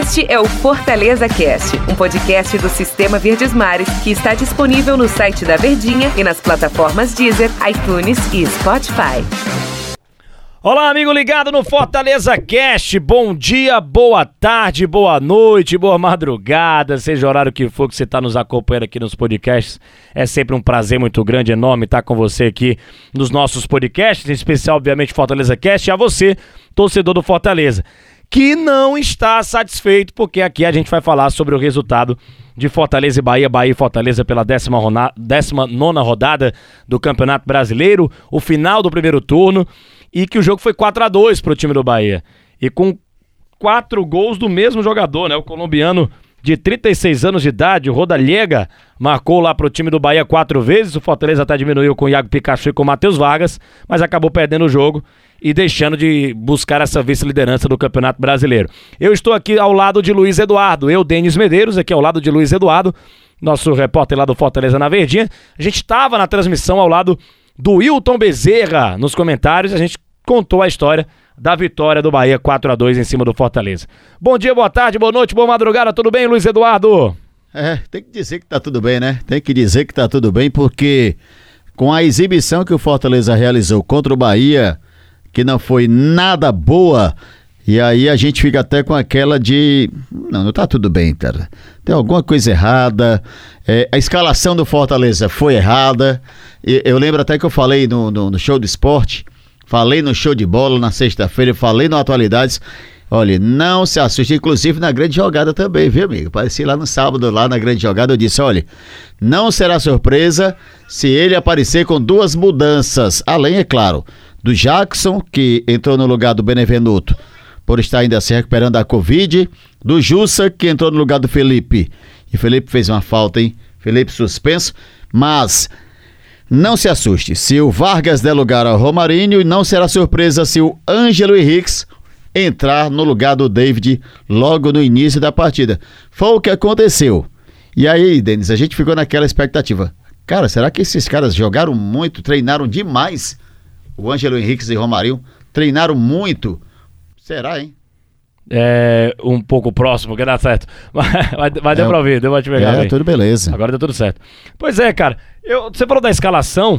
Este é o Fortaleza Cast, um podcast do Sistema Verdes Mares que está disponível no site da Verdinha e nas plataformas Deezer, iTunes e Spotify. Olá, amigo ligado no Fortaleza Cast. Bom dia, boa tarde, boa noite, boa madrugada, seja o horário que for que você está nos acompanhando aqui nos podcasts. É sempre um prazer muito grande, enorme estar com você aqui nos nossos podcasts, em especial, obviamente, Fortaleza Cast, e a você, torcedor do Fortaleza, que não está satisfeito, porque aqui a gente vai falar sobre o resultado de Fortaleza e Bahia, Bahia e Fortaleza pela 19ª rodada do Campeonato Brasileiro, o final do primeiro turno, e que o jogo foi 4-2 para o time do Bahia. E com 4 gols do mesmo jogador, né? O colombiano de 36 anos de idade, o Rodallega, marcou lá para o time do Bahia 4 vezes. O Fortaleza até diminuiu com o Iago Pikachu e com o Matheus Vargas, mas acabou perdendo o jogo e deixando de buscar essa vice-liderança do Campeonato Brasileiro. Eu estou aqui ao lado de Luiz Eduardo, Denis Medeiros, aqui ao lado de Luiz Eduardo, nosso repórter lá do Fortaleza na Verdinha. A gente estava na transmissão ao lado do Wilton Bezerra nos comentários, a gente contou a história da vitória do Bahia 4-2 em cima do Fortaleza. Bom dia, boa tarde, boa noite, boa madrugada, tudo bem, Luiz Eduardo? Tem que dizer que tá tudo bem, né? Tem que dizer que tá tudo bem, porque com a exibição que o Fortaleza realizou contra o Bahia, que não foi nada boa, e aí a gente fica até com aquela de... Não tá tudo bem, cara. Tem alguma coisa errada, a escalação do Fortaleza foi errada. Eu lembro até que eu falei no show do esporte, falei no show de bola na sexta-feira, falei no Atualidades. Olha, não se assuste, inclusive na grande jogada também, viu, amigo? Apareci lá no sábado, lá na grande jogada, eu disse, olha, não será surpresa se ele aparecer com 2 mudanças, além, é claro, do Jackson, que entrou no lugar do Benevenuto, por estar ainda se recuperando da Covid, do Jussa, que entrou no lugar do Felipe, e Felipe fez uma falta, hein? Felipe suspenso, mas não se assuste, se o Vargas der lugar ao Romarinho, e não será surpresa se o Ângelo Henriques entrar no lugar do David logo no início da partida. Foi o que aconteceu. E aí, Denis, a gente ficou naquela expectativa. Cara, será que esses caras jogaram muito, treinaram demais? O Ângelo Henriques e o Romarinho treinaram muito. Será, hein? Um pouco próximo, que dá certo. Mas deu pra ouvir, deu pra te pegar bem. Tudo beleza. Agora deu tudo certo. Pois é, cara. Você falou da escalação.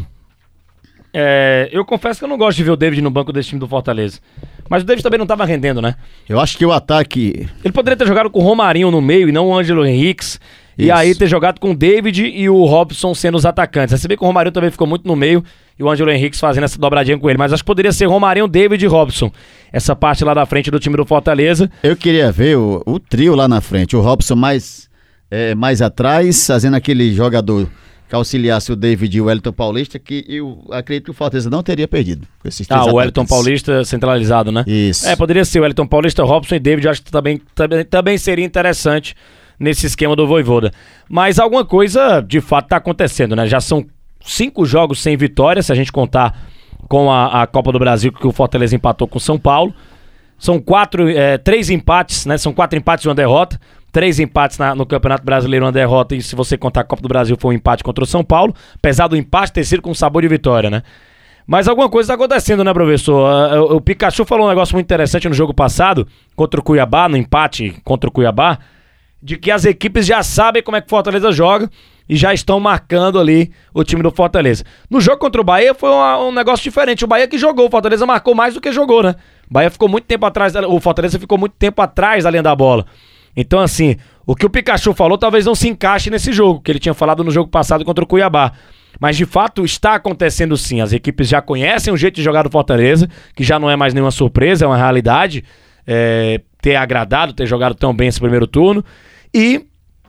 Eu confesso que eu não gosto de ver o David no banco desse time do Fortaleza. Mas o David também não estava rendendo, né? Eu acho que o ataque... Ele poderia ter jogado com o Romarinho no meio e não o Ângelo Henriques. E aí ter jogado com o David e o Robson sendo os atacantes. Você vê que o Romarinho também ficou muito no meio e o Ângelo Henriques fazendo essa dobradinha com ele. Mas acho que poderia ser Romarinho, David e Robson. Essa parte lá da frente do time do Fortaleza. Eu queria ver o trio lá na frente. O Robson mais atrás, fazendo aquele jogador que auxiliasse o David e o Wellington Paulista, que eu acredito que o Fortaleza não teria perdido. O Wellington Paulista centralizado, né? Isso. Poderia ser o Wellington Paulista, Robson e David. Eu acho que também seria interessante nesse esquema do Vojvoda. Mas alguma coisa de fato está acontecendo, né? Já são 5 jogos sem vitória, se a gente contar com a Copa do Brasil, que o Fortaleza empatou com o São Paulo. São 3 empates, né? São 4 empates e uma derrota. 3 empates no Campeonato Brasileiro, uma derrota, e se você contar a Copa do Brasil, foi um empate contra o São Paulo, apesar do empate ter sido com sabor de vitória, né? Mas alguma coisa está acontecendo, né, professor? O Pikachu falou um negócio muito interessante no jogo passado, contra o Cuiabá, no empate contra o Cuiabá, de que as equipes já sabem como é que o Fortaleza joga e já estão marcando ali o time do Fortaleza. No jogo contra o Bahia foi um negócio diferente. O Bahia que jogou, o Fortaleza marcou mais do que jogou, né? O Bahia ficou muito tempo atrás, o Fortaleza ficou muito tempo atrás da linha da bola. Então, assim, o que o Pikachu falou talvez não se encaixe nesse jogo, que ele tinha falado no jogo passado contra o Cuiabá. Mas, de fato, está acontecendo sim. As equipes já conhecem o jeito de jogar do Fortaleza, que já não é mais nenhuma surpresa, é uma realidade ter agradado, ter jogado tão bem esse primeiro turno. E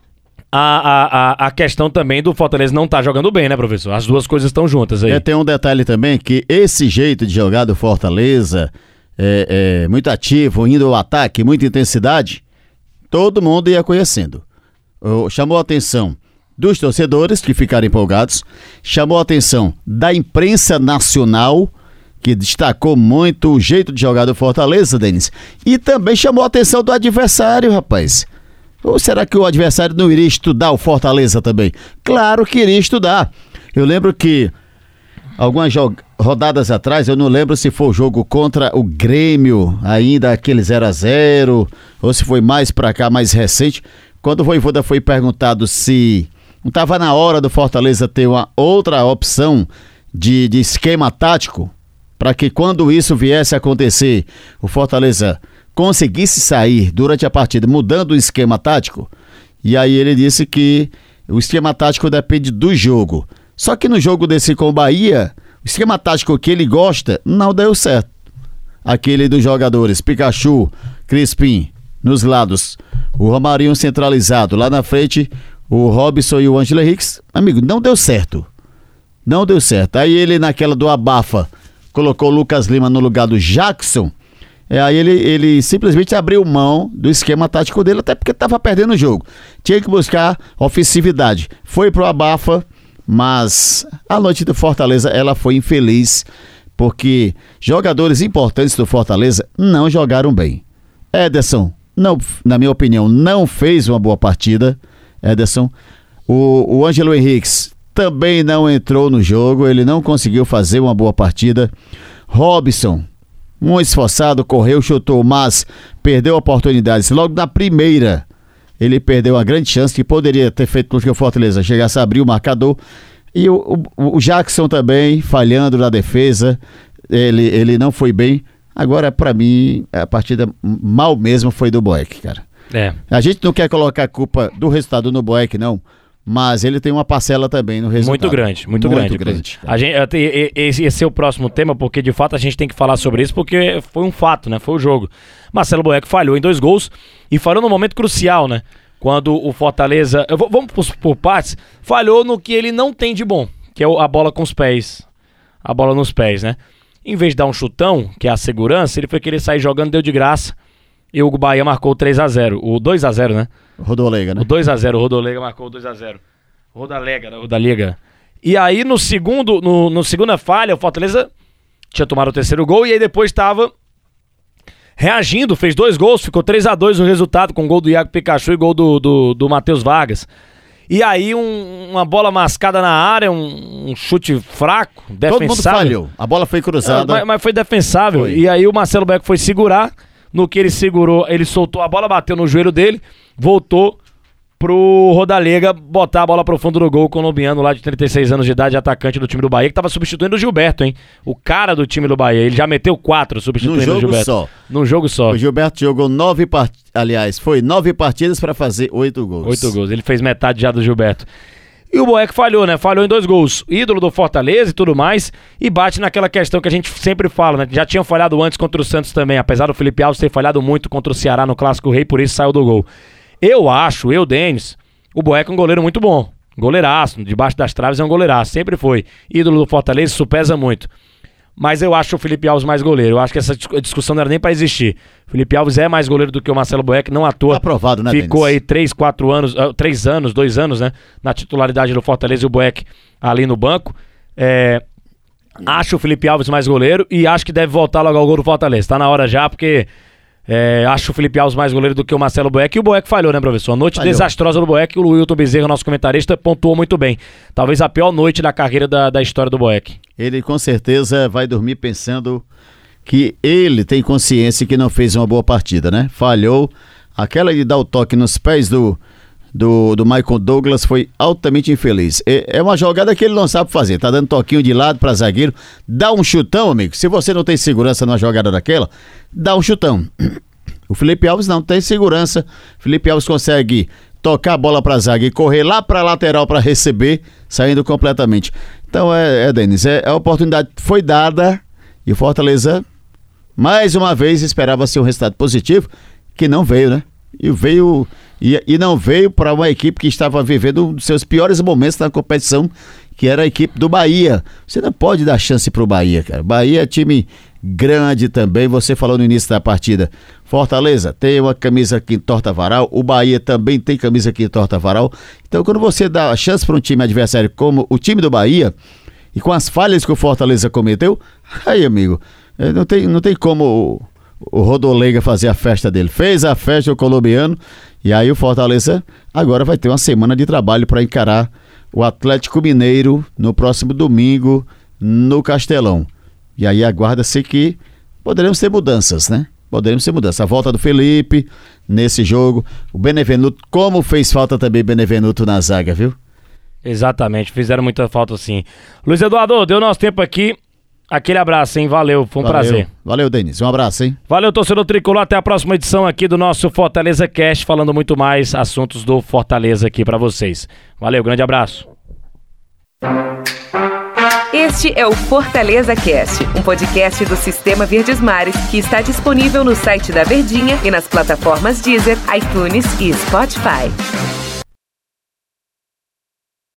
a questão também do Fortaleza não tá jogando bem, né, professor? As duas coisas estão juntas aí. Tem um detalhe também, que esse jeito de jogar do Fortaleza, muito ativo, indo ao ataque, muita intensidade, todo mundo ia conhecendo. Chamou a atenção dos torcedores, que ficaram empolgados, chamou a atenção da imprensa nacional, que destacou muito o jeito de jogar do Fortaleza, Denis, e também chamou a atenção do adversário, rapaz. Ou será que o adversário não iria estudar o Fortaleza também? Claro que iria estudar. Eu lembro que algumas rodadas atrás, eu não lembro se foi o jogo contra o Grêmio, ainda aquele 0-0, ou se foi mais pra cá, mais recente, quando o Vojvoda foi perguntado se não estava na hora do Fortaleza ter uma outra opção de esquema tático, para que quando isso viesse a acontecer, o Fortaleza conseguisse sair durante a partida mudando o esquema tático. E aí ele disse que o esquema tático depende do jogo. Só que no jogo desse com o Bahia, o esquema tático que ele gosta não deu certo. Aquele dos jogadores Pikachu, Crispim nos lados, o Romarinho centralizado, lá na frente o Robson e o Ângelo Henriques, amigo, não deu certo. Não deu certo. Aí ele naquela do abafa colocou o Lucas Lima no lugar do Jackson. Aí ele simplesmente abriu mão do esquema tático dele, até porque estava perdendo o jogo. Tinha que buscar ofensividade. Foi pro abafa, mas a noite do Fortaleza ela foi infeliz, porque jogadores importantes do Fortaleza não jogaram bem. Ederson, não, na minha opinião, não fez uma boa partida. Ederson. O Ângelo Henriques também não entrou no jogo, ele não conseguiu fazer uma boa partida. Robson, muito esforçado, correu, chutou, mas perdeu oportunidades. Logo na primeira, ele perdeu uma grande chance que poderia ter feito com que o Fortaleza chegasse a abrir o marcador. E o Jackson também, falhando na defesa, ele não foi bem. Agora, pra mim, a partida mal mesmo foi do Boeck, cara. A gente não quer colocar a culpa do resultado no Boeck, não, mas ele tem uma parcela também no resultado. Muito grande. Esse é o próximo tema, porque de fato a gente tem que falar sobre isso, porque foi um fato, né? Foi o jogo. Marcelo Boeck falhou em 2 gols e falhou num momento crucial, né? Quando o Fortaleza... Vamos por partes. Falhou no que ele não tem de bom, que é a bola com os pés. A bola nos pés, né? Em vez de dar um chutão, que é a segurança, ele foi querer sair jogando, deu de graça. E o Bahia marcou o 3-0. O 2-0, né? Rodolega, né? O 2-0, o Rodolega marcou o 2-0. Rodalega. E aí no segunda falha, o Fortaleza tinha tomado o 3º gol e aí depois estava reagindo, fez 2 gols, ficou 3-2 o resultado, com gol do Iago Pikachu e gol do Matheus Vargas. E aí uma bola mascada na área, um chute fraco, defensável. Todo mundo falhou, a bola foi cruzada. Mas foi defensável. Foi. E aí o Marcelo Boeck foi segurar. No que ele segurou, ele soltou a bola, bateu no joelho dele, voltou pro Rodalega botar a bola pro fundo do gol, o colombiano lá de 36 anos de idade, atacante do time do Bahia, que tava substituindo o Gilberto, hein? O cara do time do Bahia. Ele já meteu 4 substituindo o Gilberto. Num jogo só. O Gilberto jogou 9 partidas para fazer 8 gols. 8 gols. Ele fez metade já do Gilberto. E o Boeck falhou, né? Falhou em 2 gols. Ídolo do Fortaleza e tudo mais. E bate naquela questão que a gente sempre fala, né? Já tinham falhado antes contra o Santos também. Apesar do Felipe Alves ter falhado muito contra o Ceará no Clássico Rei, por isso saiu do gol. Denis, o Boeck é um goleiro muito bom. Goleiraço. Debaixo das traves é um goleiraço. Sempre foi. Ídolo do Fortaleza, isso pesa muito. Mas eu acho o Felipe Alves mais goleiro. Eu acho que essa discussão não era nem pra existir. O Felipe Alves é mais goleiro do que o Marcelo Boeck, não à toa. Aprovado, né, Ficou Denis? aí 2 anos, né? Na titularidade do Fortaleza e o Boeck ali no banco. Acho o Felipe Alves mais goleiro e acho que deve voltar logo ao gol do Fortaleza. Tá na hora já, porque acho o Felipe Alves mais goleiro do que o Marcelo Boeck. E o Boeck falhou, né, professor? A noite desastrosa do Boeck. O Wilton Bezerra, nosso comentarista, pontuou muito bem. Talvez a pior noite da carreira da história do Boeck. Ele com certeza vai dormir pensando que ele tem consciência que não fez uma boa partida, né? Falhou. Aquela de dar o toque nos pés do Michael Douglas foi altamente infeliz. É uma jogada que ele não sabe fazer. Tá dando toquinho de lado para zagueiro. Dá um chutão, amigo. Se você não tem segurança numa jogada daquela, dá um chutão. O Felipe Alves não tem segurança. Felipe Alves consegue tocar a bola para zaga e correr lá para lateral para receber, saindo completamente. Então, Denis, a oportunidade foi dada e o Fortaleza, mais uma vez, esperava-se um resultado positivo, que não veio, né? E não veio para uma equipe que estava vivendo um dos seus piores momentos na competição, que era a equipe do Bahia. Você não pode dar chance pro Bahia, cara. Bahia é time grande também. Você falou no início da partida. Fortaleza tem uma camisa que entorta varal. O Bahia também tem camisa que entorta varal. Então, quando você dá a chance para um time adversário como o time do Bahia, e com as falhas que o Fortaleza cometeu, aí, amigo, não tem como o Rodolega fazer a festa dele. Fez a festa o colombiano, e aí o Fortaleza agora vai ter uma semana de trabalho para encarar o Atlético Mineiro no próximo domingo, no Castelão. E aí aguarda-se que poderemos ter mudanças, né? Poderemos ter mudanças. A volta do Felipe nesse jogo. O Benevenuto, como fez falta também Benevenuto na zaga, viu? Exatamente, fizeram muita falta sim. Luiz Eduardo, deu nosso tempo aqui. Aquele abraço, hein? Valeu, foi um prazer. Valeu, Denis. Um abraço, hein? Valeu, torcedor tricolor. Até a próxima edição aqui do nosso Fortaleza Cast, falando muito mais assuntos do Fortaleza aqui pra vocês. Valeu, grande abraço. Este é o Fortaleza Cast, um podcast do Sistema Verdes Mares que está disponível no site da Verdinha e nas plataformas Deezer, iTunes e Spotify.